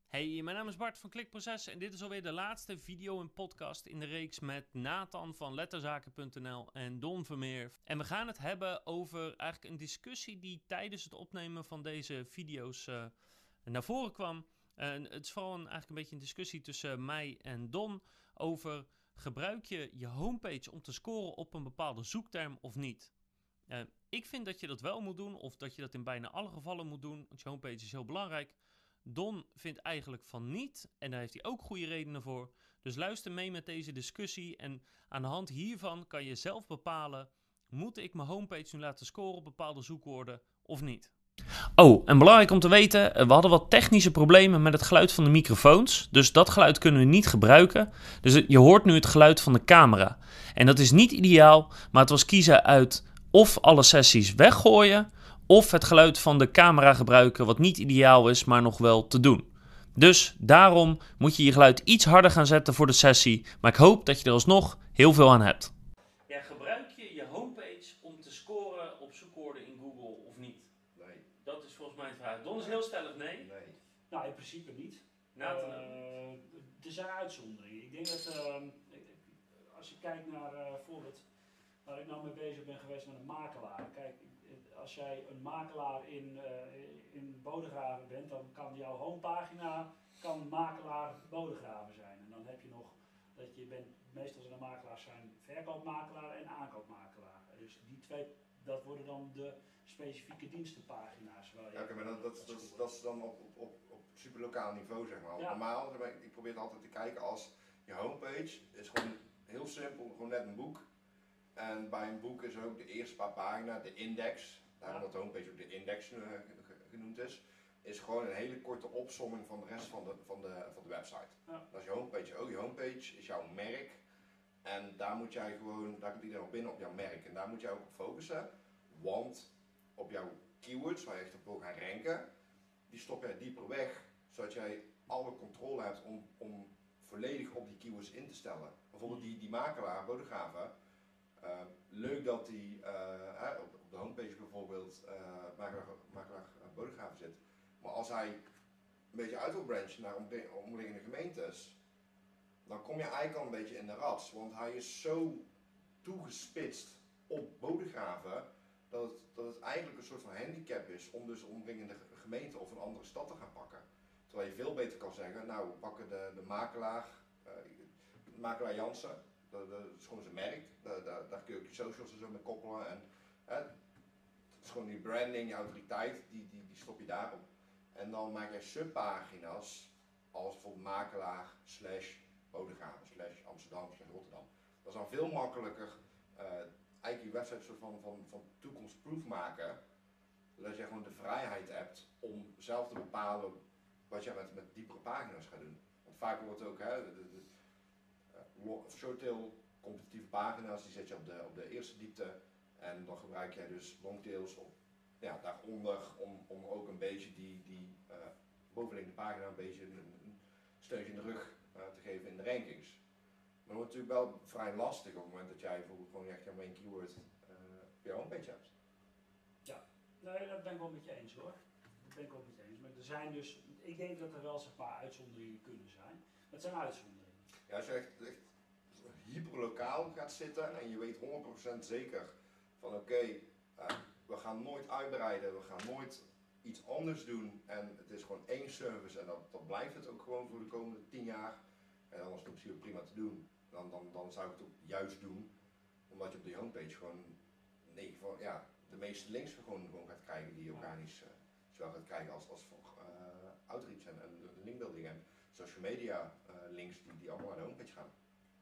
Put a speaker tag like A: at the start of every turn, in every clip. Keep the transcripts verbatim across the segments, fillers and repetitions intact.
A: Hey, mijn naam is Bart van Klikproces en dit is alweer de laatste video en podcast in de reeks met Nathan van letterzaken punt n l en Don Vermeer. En we gaan het hebben over eigenlijk een discussie die tijdens het opnemen van deze video's uh, naar voren kwam. Uh, het is vooral een, eigenlijk een beetje een discussie tussen mij en Don over: gebruik je je homepage om te scoren op een bepaalde zoekterm of niet? Uh, ik vind dat je dat wel moet doen, of dat je dat in bijna alle gevallen moet doen, want je homepage is heel belangrijk. Don vindt eigenlijk van niet en daar heeft hij ook goede redenen voor. Dus luister mee met deze discussie en aan de hand hiervan kan je zelf bepalen: moet ik mijn homepage nu laten scoren op bepaalde zoekwoorden of niet? Oh, en belangrijk om te weten, we hadden wat technische problemen met het geluid van de microfoons. Dus dat geluid kunnen we niet gebruiken. Dus je hoort nu het geluid van de camera. En dat is niet ideaal, maar het was kiezen uit of alle sessies weggooien of het geluid van de camera gebruiken, wat niet ideaal is, maar nog wel te doen. Dus daarom moet je je geluid iets harder gaan zetten voor de sessie. Maar ik hoop dat je er alsnog heel veel aan hebt. Ja, gebruik je je homepage om te scoren op zoekwoorden in Google of niet?
B: Nee.
A: Dat is volgens mij de vraag. Don is heel stellig nee.
B: Nee.
C: Nou, in principe niet.
A: Nathan?
C: Uh, er zijn uitzonderingen. Ik denk dat uh, als je kijkt naar uh, bijvoorbeeld waar ik nou mee bezig ben geweest met een makelaar. Kijk, als jij een makelaar in, uh, in Bodegraven bent, dan kan jouw homepagina kan makelaar Bodegraven zijn. En dan heb je nog dat je bent, meestal zijn de makelaars zijn verkoopmakelaar en aankoopmakelaar. Dus die twee, dat worden dan de specifieke dienstenpagina's. Waar je
B: Ja, oké, maar dat, dat, dat, dat is dan op, op, op, op superlokaal niveau, zeg maar.
C: Ja.
B: Normaal, ik probeer het altijd te kijken als je homepage is gewoon heel simpel, gewoon net een boek. En bij een boek is ook de eerste paar pagina's, de index, daarom dat de homepage ook de index uh, genoemd is, is gewoon een hele korte opsomming van de rest van de, van de, van de website.
C: Ja.
B: Dat is je homepage ook. Je homepage is jouw merk. En daar moet jij gewoon, daar komt iedereen op binnen op jouw merk. En daar moet jij ook op focussen. Want op jouw keywords, waar je echt op wil gaan ranken, die stop jij dieper weg. Zodat jij alle controle hebt om, om volledig op die keywords in te stellen. Bijvoorbeeld die, die makelaar, Bodegraven. Uh, leuk dat die uh, op, op de homepage bijvoorbeeld uh, makelaar, makelaar uh, Bodegraven zit. Maar als hij een beetje uit wil branchen naar omliggende gemeentes, dan kom je eigenlijk al een beetje in de rats. Want hij is zo toegespitst op Bodegraven dat het, dat het eigenlijk een soort van handicap is om dus omringende gemeente of een andere stad te gaan pakken. Terwijl je veel beter kan zeggen, nou we pakken de, de makelaar, uh, de makelaar Jansen. Dat, dat is gewoon zijn merk, daar, daar, daar kun je ook je socials en zo mee koppelen. En, hè, het is gewoon die branding, je autoriteit, die, die, die stop je daarop. En dan maak je subpagina's als bijvoorbeeld makelaar, slash Bodegraven, slash Amsterdam, slash Rotterdam. Dat is dan veel makkelijker, uh, eigenlijk je website soort van, van, van toekomstproof maken. Zodat je gewoon de vrijheid hebt om zelf te bepalen wat je met, met diepere pagina's gaat doen. Want vaak wordt het ook, hè, de, de, shorttail competitieve pagina's, die zet je op de, op de eerste diepte en dan gebruik jij dus longtails op, ja, daaronder om, om ook een beetje die, die uh, bovenliggende pagina een beetje een, een steuntje in de rug uh, te geven in de rankings. Maar dat wordt natuurlijk wel vrij lastig op het moment dat jij bijvoorbeeld gewoon echt jouw main keyword uh, op jouw homepage hebt.
C: Ja, nee, dat ben ik wel met je eens hoor. Dat ben ik wel met je eens. Maar er zijn dus, ik denk dat er wel zeg maar uitzonderingen kunnen zijn. Maar het zijn uitzonderingen.
B: Ja, als je echt, echt hyperlokaal gaat zitten en je weet honderd procent zeker van oké, okay, uh, we gaan nooit uitbreiden, we gaan nooit iets anders doen en het is gewoon één service en dat, dat blijft het ook gewoon voor de komende tien jaar. En dan is het in principe prima te doen. Dan, dan, dan zou ik het ook juist doen, omdat je op die homepage gewoon nee, van, ja, de meeste links gewoon, gewoon gaat krijgen die je organisch uh, zowel gaat krijgen als, als voor uh, outreach en, en de linkbuilding en social media uh, links die, die allemaal naar de homepage gaan.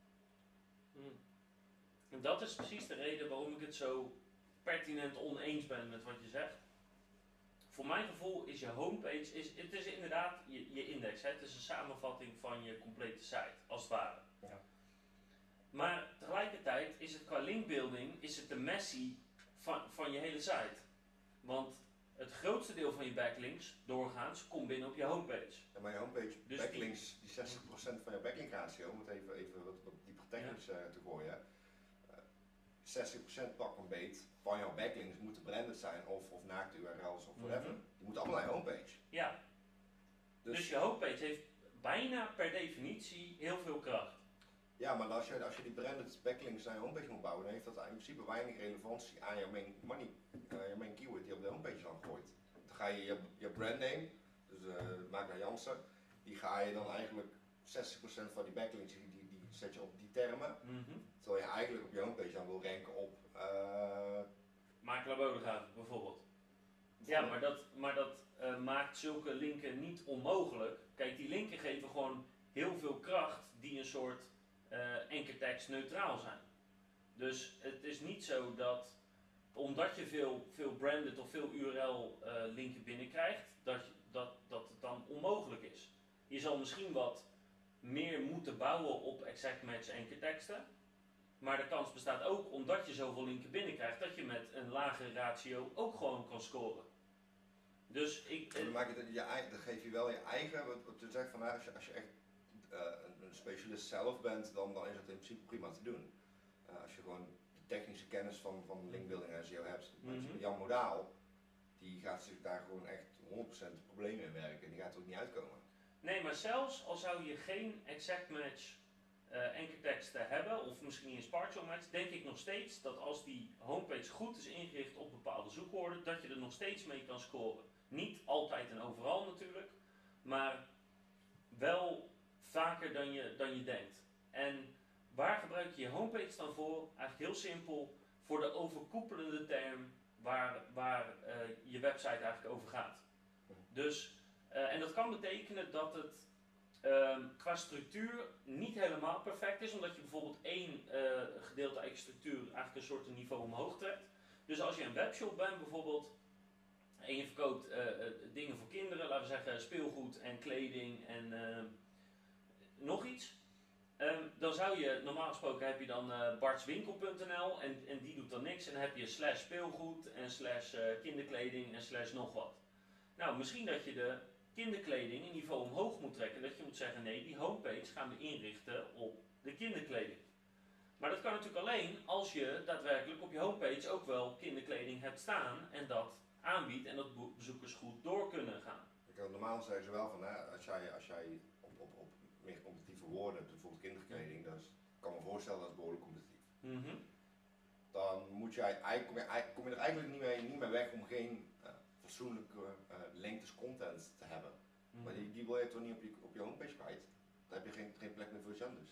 A: Hmm. En dat is precies de reden waarom ik het zo pertinent oneens ben met wat je zegt. Voor mijn gevoel is je homepage, is, het is inderdaad je, je index, hè? Het is een samenvatting van je complete site, als het ware.
B: Ja.
A: Maar tegelijkertijd is het qua linkbuilding, is het de messie van, van je hele site. Want het grootste deel van je backlinks, doorgaans, komt binnen op je homepage.
B: Ja, maar je homepage,
A: dus
B: backlinks, die, die zestig procent van je backlink ratio, om het even, even wat, wat dieper technisch ja. uh, te gooien. Uh, zestig procent pak een beet van jouw backlinks moeten branded zijn of, of naakte U R L's of whatever. Mm-hmm. Die moeten allemaal naar je homepage.
A: Ja. Dus, dus je homepage heeft bijna per definitie heel veel kracht.
B: Ja, maar als je, als je die branded backlinks naar je homepage moet bouwen, dan heeft dat in principe weinig relevantie aan je main money, uh, je main keyword die op de homepage dan gooit. Dan ga je je, je brandname, dus uh, Makelaar Jansen, die ga je dan eigenlijk zestig procent van die backlinks, die, die, die zet je op die termen.
A: Mm-hmm.
B: Terwijl je eigenlijk op je homepage dan wil ranken op... Uh,
A: Makelaar Bodegraven bijvoorbeeld. Ja, maar dat, maar dat uh, maakt zulke linken niet onmogelijk. Kijk, die linken geven gewoon heel veel kracht die een soort uh, ankertekst neutraal zijn. Dus het is niet zo dat, omdat je veel, veel branded of veel U R L uh, linken binnenkrijgt, dat, je, dat, dat het dan onmogelijk is. Je zal misschien wat meer moeten bouwen op exact match ankerteksten. Maar de kans bestaat ook, omdat je zoveel linken binnenkrijgt, dat je met een lage ratio ook gewoon kan scoren. Dus ik...
B: Dan, maak je het, je, dan geef je wel je eigen, wat, wat je zegt van, nou, als, je, als je echt uh, een, een specialist zelf bent, dan, dan is het in principe prima te doen. Uh, als je gewoon de technische kennis van, van linkbuilding en S E O hebt. Mm-hmm. Jan Modaal, die gaat zich daar gewoon echt honderd procent problemen in werken, die gaat er ook niet uitkomen.
A: Nee, maar zelfs al zou je geen exact match Uh, ankerteksten hebben, of misschien niet eens partial match, denk ik nog steeds dat als die homepage goed is ingericht op bepaalde zoekwoorden, dat je er nog steeds mee kan scoren. Niet altijd en overal natuurlijk, maar wel vaker dan je, dan je denkt. En waar gebruik je je homepage dan voor? Eigenlijk heel simpel, voor de overkoepelende term waar, waar uh, je website eigenlijk over gaat. Dus, uh, en dat kan betekenen dat het Um, qua structuur niet helemaal perfect is, omdat je bijvoorbeeld één uh, gedeelte eigen structuur eigenlijk een soort een niveau omhoog trekt. Dus als je een webshop bent bijvoorbeeld en je verkoopt uh, uh, dingen voor kinderen, laten we zeggen speelgoed en kleding en uh, nog iets, um, dan zou je, normaal gesproken heb je dan uh, bartswinkel punt n l en, en die doet dan niks en dan heb je slash speelgoed en slash uh, kinderkleding en slash nog wat. Nou, misschien dat je de kinderkleding een niveau omhoog moet trekken. Dat je moet zeggen, nee, die homepage gaan we inrichten op de kinderkleding. Maar dat kan natuurlijk alleen als je daadwerkelijk op je homepage ook wel kinderkleding hebt staan en dat aanbiedt en dat bezoekers goed door kunnen gaan.
B: Normaal zeggen ze wel van, hè, als jij, als jij op, op, op meer competitieve woorden hebt, bijvoorbeeld kinderkleding, dus ik kan me voorstellen dat is behoorlijk competitief.
A: Mm-hmm.
B: Dan moet jij, kom, je, kom je er eigenlijk niet mee, niet mee weg om geen uh, fatsoenlijke uh, linked content te hebben. Mm-hmm. Maar die, die wil je toch niet op je, op je homepage kwijt? Dan heb je geen, geen plek meer voor iets anders.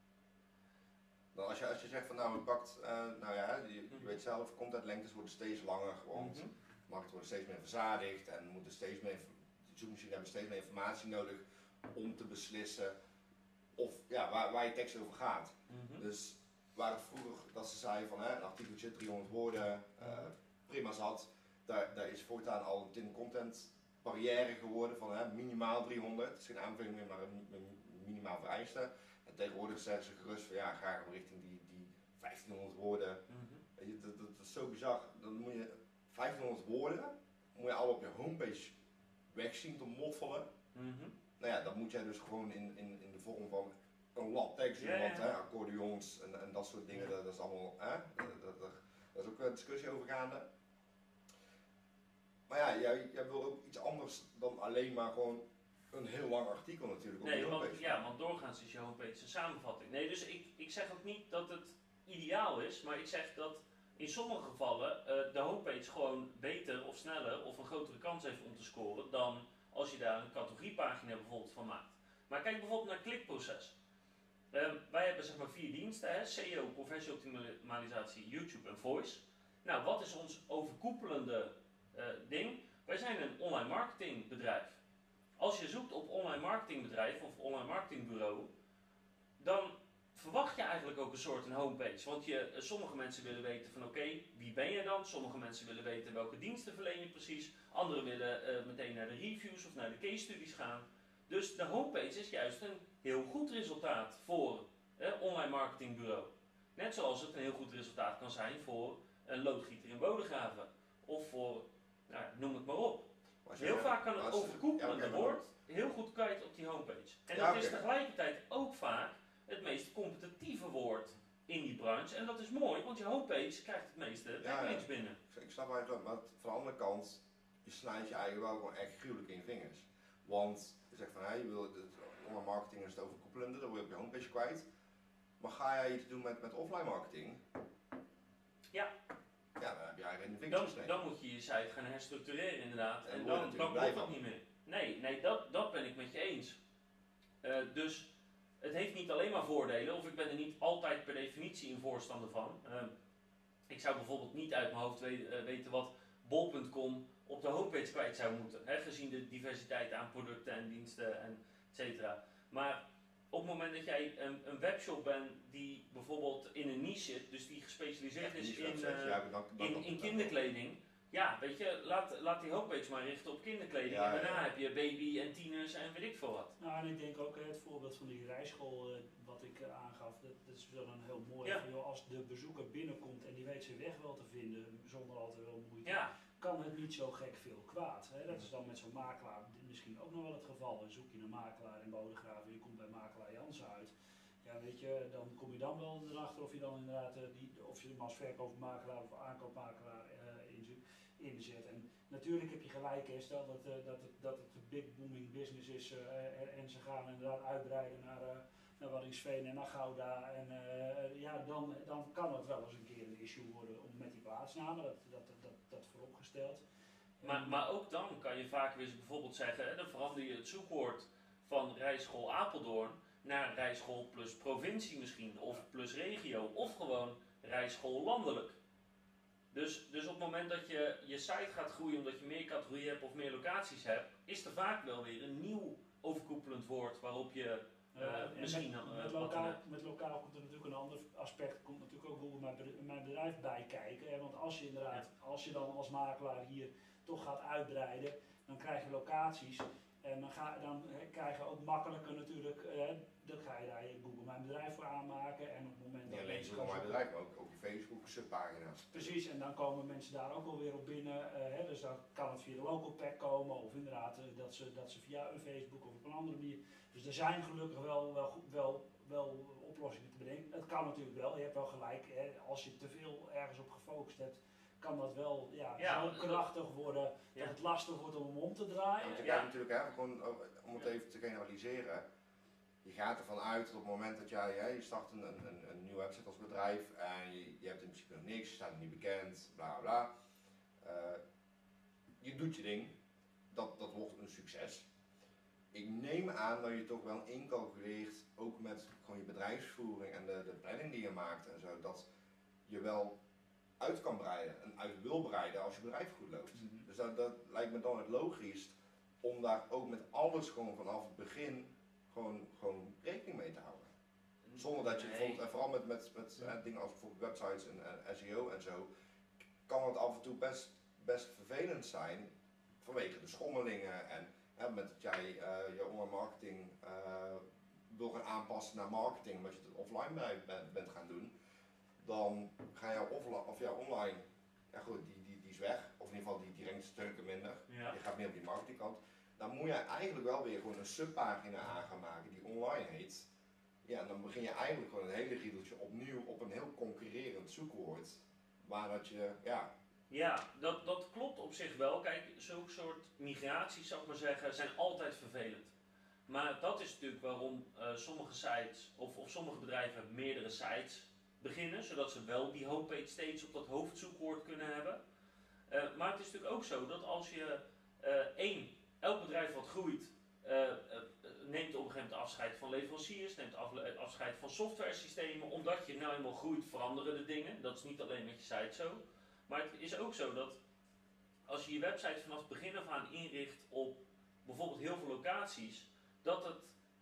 B: Dan als je, als je zegt van nou, je pakt, uh, nou ja, je, je weet zelf, contentlengtes worden steeds langer, want mm-hmm. markten worden steeds meer verzadigd en moeten steeds meer, de zoekmachines hebben steeds meer informatie nodig om te beslissen of, ja, waar, waar je tekst over gaat. Mm-hmm. Dus waar het vroeger, dat ze zeiden van hè, een artikeltje, driehonderd woorden, uh, prima zat, daar, daar is voortaan al een content barrière geworden van hè, minimaal driehonderd, het is geen aanbeveling meer, maar een, een minimaal vereiste. En tegenwoordig zeggen ze gerust van ja, ga richting die, die vijftienhonderd woorden. Mm-hmm. Weet je, dat, dat, dat is zo bizar. Dan moet je vijftienhonderd woorden, moet je al op je homepage weg zien te moffelen. Mm-hmm. Nou ja, dat moet jij dus gewoon in, in, in de vorm van een lab tekst doen, yeah, want hè, accordeons en, en dat soort dingen, dat, dat is allemaal, hè, dat, dat, dat, dat is ook een discussie over gaande. Maar ja, jij, jij wil ook iets anders dan alleen maar gewoon een heel lang artikel natuurlijk op
A: nee,
B: je homepage.
A: Want, ja, want doorgaans is je homepage een samenvatting. Nee, dus ik, ik zeg ook niet dat het ideaal is, maar ik zeg dat in sommige gevallen uh, de homepage gewoon beter of sneller of een grotere kans heeft om te scoren dan als je daar een categoriepagina bijvoorbeeld van maakt. Maar kijk bijvoorbeeld naar klikproces. Uh, wij hebben zeg maar vier diensten, hè? S E O, conversieoptimalisatie, YouTube en Voice. Nou, wat is ons overkoepelende uh, ding? Wij zijn een online marketingbedrijf. Als je zoekt op online marketingbedrijf of online marketingbureau, dan verwacht je eigenlijk ook een soort een homepage. Want je, sommige mensen willen weten van oké, okay, wie ben je dan? Sommige mensen willen weten welke diensten verleen je precies. Anderen willen uh, meteen naar de reviews of naar de case studies gaan. Dus de homepage is juist een heel goed resultaat voor een uh, online marketingbureau. Net zoals het een heel goed resultaat kan zijn voor een loodgieter in Bodegraven. Of voor, nou, noem het maar op. Heel vaak kan het overkoepelende woord heel goed kwijt op die homepage. En
B: ja,
A: dat
B: okay.
A: is tegelijkertijd ook vaak het meest competitieve woord in die branche. En dat is mooi, want je homepage krijgt het meeste backlinks ja, ja. binnen.
B: Ik snap eigenlijk, maar van de andere kant, je snijdt je eigen wel gewoon echt gruwelijk in je vingers. Want je zegt van, hé, je wil het online marketing is het overkoepelende, dat word je op je homepage kwijt. Maar ga jij iets doen met, met offline marketing?
A: Ja.
B: Ja, dan heb je eigenlijk in de
A: Dan,
B: vinkjes
A: dan moet je je site gaan herstructureren inderdaad.
B: En
A: En,
B: dan word je
A: dan, dan
B: natuurlijk
A: klopt
B: blij
A: dat niet meer. Nee, nee dat, dat ben ik met je eens. Uh, dus het heeft niet alleen maar voordelen, of ik ben er niet altijd per definitie een voorstander van. Uh, ik zou bijvoorbeeld niet uit mijn hoofd we- uh, weten wat bol punt com op de homepage kwijt zou moeten. Hè, gezien de diversiteit aan producten en diensten en et cetera. Maar op het moment dat jij een, een webshop bent die bijvoorbeeld in een niche zit, dus die gespecialiseerd
B: Ja,
A: is
B: niche
A: in,
B: websites,
A: uh,
B: ja, dan- dan-
A: in,
B: dan-
A: in
B: dan-
A: kinderkleding, ja, weet je, laat, laat die homepage maar richten op kinderkleding.
B: Ja,
A: en daarna
B: ja, ja.
A: heb je baby en tieners en weet ik veel wat.
C: Nou, en ik denk ook hè, het voorbeeld van die rijschool uh, wat ik uh, aangaf, dat, dat is wel een heel mooi.
A: Ja.
C: Van, joh, als de bezoeker binnenkomt en die weet zijn weg wel te vinden zonder al te veel moeite,
A: Ja,
C: kan het niet zo gek veel kwaad. Hè? Dat is dan met zo'n makelaar misschien ook nog wel het geval. Dan zoek je een makelaar in Bodegraven en je komt bij makelaar Jansen uit. Ja, weet je, dan kom je dan wel erachter of je dan inderdaad, uh, die, of je hem als verkoopmakelaar of aankoopmakelaar uh, inzet. inzet. En natuurlijk heb je gelijk, hè, stel dat, uh, dat, het, dat het een big booming business is uh, en ze gaan inderdaad uitbreiden naar, uh, naar Waddinxveen en naar Gouda. En uh, ja, dan, dan kan het wel eens een keer een issue worden om met die plaatsnamen, dat, dat, dat, dat vooropgesteld.
A: maar, maar ook dan kan je vaak weer bijvoorbeeld zeggen, hè, dan verander je het zoekwoord van rijschool Apeldoorn naar rijschool plus provincie misschien, of plus regio, of gewoon rijschool landelijk. Dus, dus op het moment dat je je site gaat groeien omdat je meer categorieën hebt of meer locaties hebt, is er vaak wel weer een nieuw overkoepelend woord waarop je uh,
C: uh,
A: misschien...
C: Met,
A: Uh,
C: met, lokaal, met lokaal komt er natuurlijk een ander aspect, komt natuurlijk ook Google mijn, mijn bedrijf bij kijken. Hè? Want als je inderdaad, ja. als je dan als makelaar hier toch gaat uitbreiden, dan krijg je locaties. En dan, ga, dan he, krijg je ook makkelijker natuurlijk, eh, dan ga je daar je Google Mijn Bedrijf voor aanmaken. En op het moment dat
B: niet alleen
C: mensen
B: Google
C: gaan
B: Mijn Bedrijf, maar ook, ook je Facebook subpagina's.
C: Precies, en dan komen mensen daar ook alweer op binnen. Uh, hè, dus dan kan het via de local pack komen, of inderdaad uh, dat, ze, dat ze via een Facebook of op een andere manier. Dus er zijn gelukkig wel, wel, wel, wel oplossingen te bedenken. Het kan natuurlijk wel, je hebt wel gelijk, hè, als je te veel ergens op gefocust hebt, kan dat wel ja,
A: ja,
C: zo krachtig worden
A: ja.
C: dat het lastig wordt om hem om te draaien.
B: Want je
A: Ja.
B: kijkt natuurlijk, hè, gewoon, om het even te generaliseren, je gaat ervan uit dat op het moment dat jij, hè, je start een, een, een nieuwe website als bedrijf en je, je hebt in principe nog niks, je staat nog niet bekend, bla bla. Uh, je doet je ding, dat, dat wordt een succes. Ik neem aan dat je toch wel incalculeert, ook met gewoon je bedrijfsvoering en de, de planning die je maakt en zo, dat je wel uit kan breiden en uit wil breiden als je bedrijf goed loopt. Mm-hmm. Dus dat, dat lijkt me dan het logisch om daar ook met alles gewoon vanaf het begin gewoon, gewoon rekening mee te houden. Zonder dat je nee. bijvoorbeeld, en vooral met, met, met ja. eh, dingen als bijvoorbeeld websites en, en S E O en zo, kan het af en toe best, best vervelend zijn vanwege de schommelingen en hè, met dat jij uh, je online marketing uh, wil gaan aanpassen naar marketing, omdat je het offline bij, bent, bent gaan doen. Dan ga je offline, of ja, online, ja goed, die, die, die is weg, of in ieder geval die, die rankt stukken minder. Ja. Je gaat meer op die marketingkant. Dan moet je eigenlijk wel weer gewoon een subpagina aan gaan maken die online heet. Ja, en dan begin je eigenlijk gewoon een hele riedeltje opnieuw op een heel concurrerend zoekwoord. Waar dat je, ja...
A: Ja, dat, dat klopt op zich wel. Kijk, zulke soort migraties, zou ik maar zeggen, zijn altijd vervelend. Maar dat is natuurlijk waarom uh, sommige sites, of, of sommige bedrijven meerdere sites beginnen, zodat ze wel die homepage steeds op dat hoofdzoekwoord kunnen hebben. Uh, maar het is natuurlijk ook zo dat als je uh, één, elk bedrijf wat groeit, uh, uh, neemt op een gegeven moment afscheid van leveranciers, neemt af, uh, afscheid van software systemen, omdat je nou eenmaal groeit veranderen de dingen. Dat is niet alleen met je site zo. Maar het is ook zo dat als je je website vanaf het begin af aan inricht op bijvoorbeeld heel veel locaties, dat het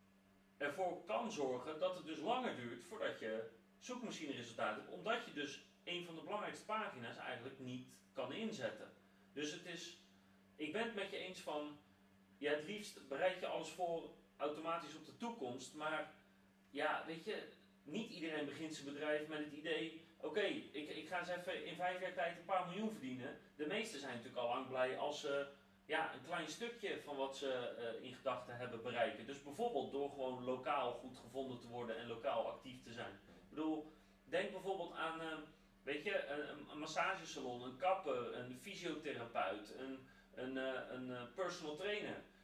A: ervoor kan zorgen dat het dus langer duurt voordat je zoekmachine resultaten hebt, omdat je dus een van de belangrijkste pagina's eigenlijk niet kan inzetten. Dus het is, ik ben het met je eens van, ja, het liefst bereid je alles voor automatisch op de toekomst, maar ja, weet je, niet iedereen begint zijn bedrijf met het idee, oké, okay, ik, ik ga eens even in vijf jaar tijd een paar miljoen verdienen. De meesten zijn natuurlijk al lang blij als ze ja, een klein stukje van wat ze uh, in gedachten hebben bereiken. Dus bijvoorbeeld door gewoon lokaal goed gevonden te worden en lokaal actief te zijn. Ik bedoel, denk bijvoorbeeld aan, uh, weet je, een, een massagesalon, een kapper, een fysiotherapeut, een, een, uh, een uh, personal trainer.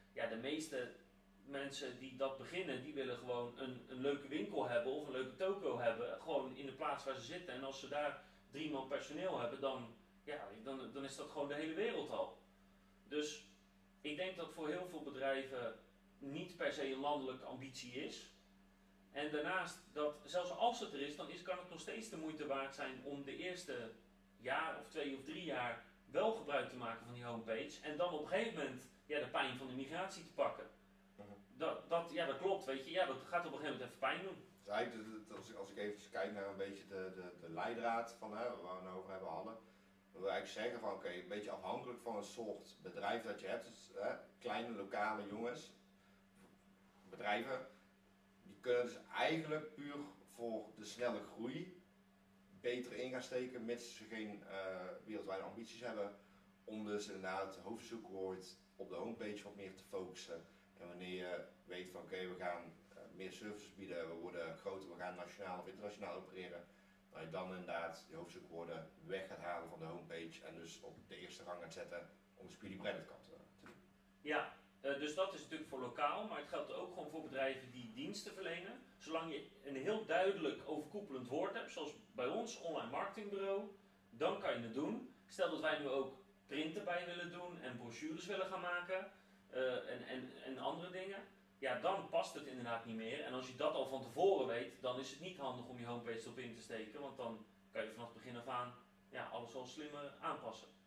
A: ja, de meeste mensen die dat beginnen, die willen gewoon een, een leuke winkel hebben of een leuke toko hebben. Gewoon in de plaats waar ze zitten. En als ze daar drie man personeel hebben, dan, ja, dan, dan is dat gewoon de hele wereld al. Dus ik denk dat voor heel veel bedrijven niet per se een landelijke ambitie is. En daarnaast, dat zelfs als het er is, dan is, kan het nog steeds de moeite waard zijn om de eerste jaar of twee of drie jaar wel gebruik te maken van die homepage. En dan op een gegeven moment ja, de pijn van de migratie te pakken. Dat, dat, ja, dat klopt, weet je. Ja, dat gaat op een gegeven moment even pijn doen.
B: Dus eigenlijk, de- de- als ik, als ik even kijk naar een beetje de, de, de leidraad van hè, waar we het over hebben hadden, dan wil ik eigenlijk zeggen van oké, een beetje afhankelijk van een soort bedrijf dat je hebt, dus hè, kleine lokale jongens, bedrijven, die kunnen dus eigenlijk puur voor de snelle groei beter in gaan steken, mits ze geen eh, wereldwijde ambities hebben, om dus inderdaad het hoofdzoekwoord op de homepage wat meer te focussen. En wanneer je weet van oké, we gaan uh, meer services bieden, we worden groter, we gaan nationaal of internationaal opereren, dat je dan inderdaad je hoofdzoekwoorden weg gaat halen van de homepage en dus op de eerste rang gaat zetten om de Speedy Branded kant te doen.
A: Ja, uh, dus dat is natuurlijk voor lokaal, maar het geldt ook gewoon voor bedrijven die diensten verlenen. Zolang je een heel duidelijk overkoepelend woord hebt, zoals bij ons, online marketingbureau, dan kan je het doen. Stel dat wij nu ook printen bij willen doen en brochures willen gaan maken uh, en, en, en andere dingen, ja, dan past het inderdaad niet meer. En als je dat al van tevoren weet, dan is het niet handig om je homepage erop in te steken, want dan kan je vanaf het begin af aan ja, alles al slimmer aanpassen.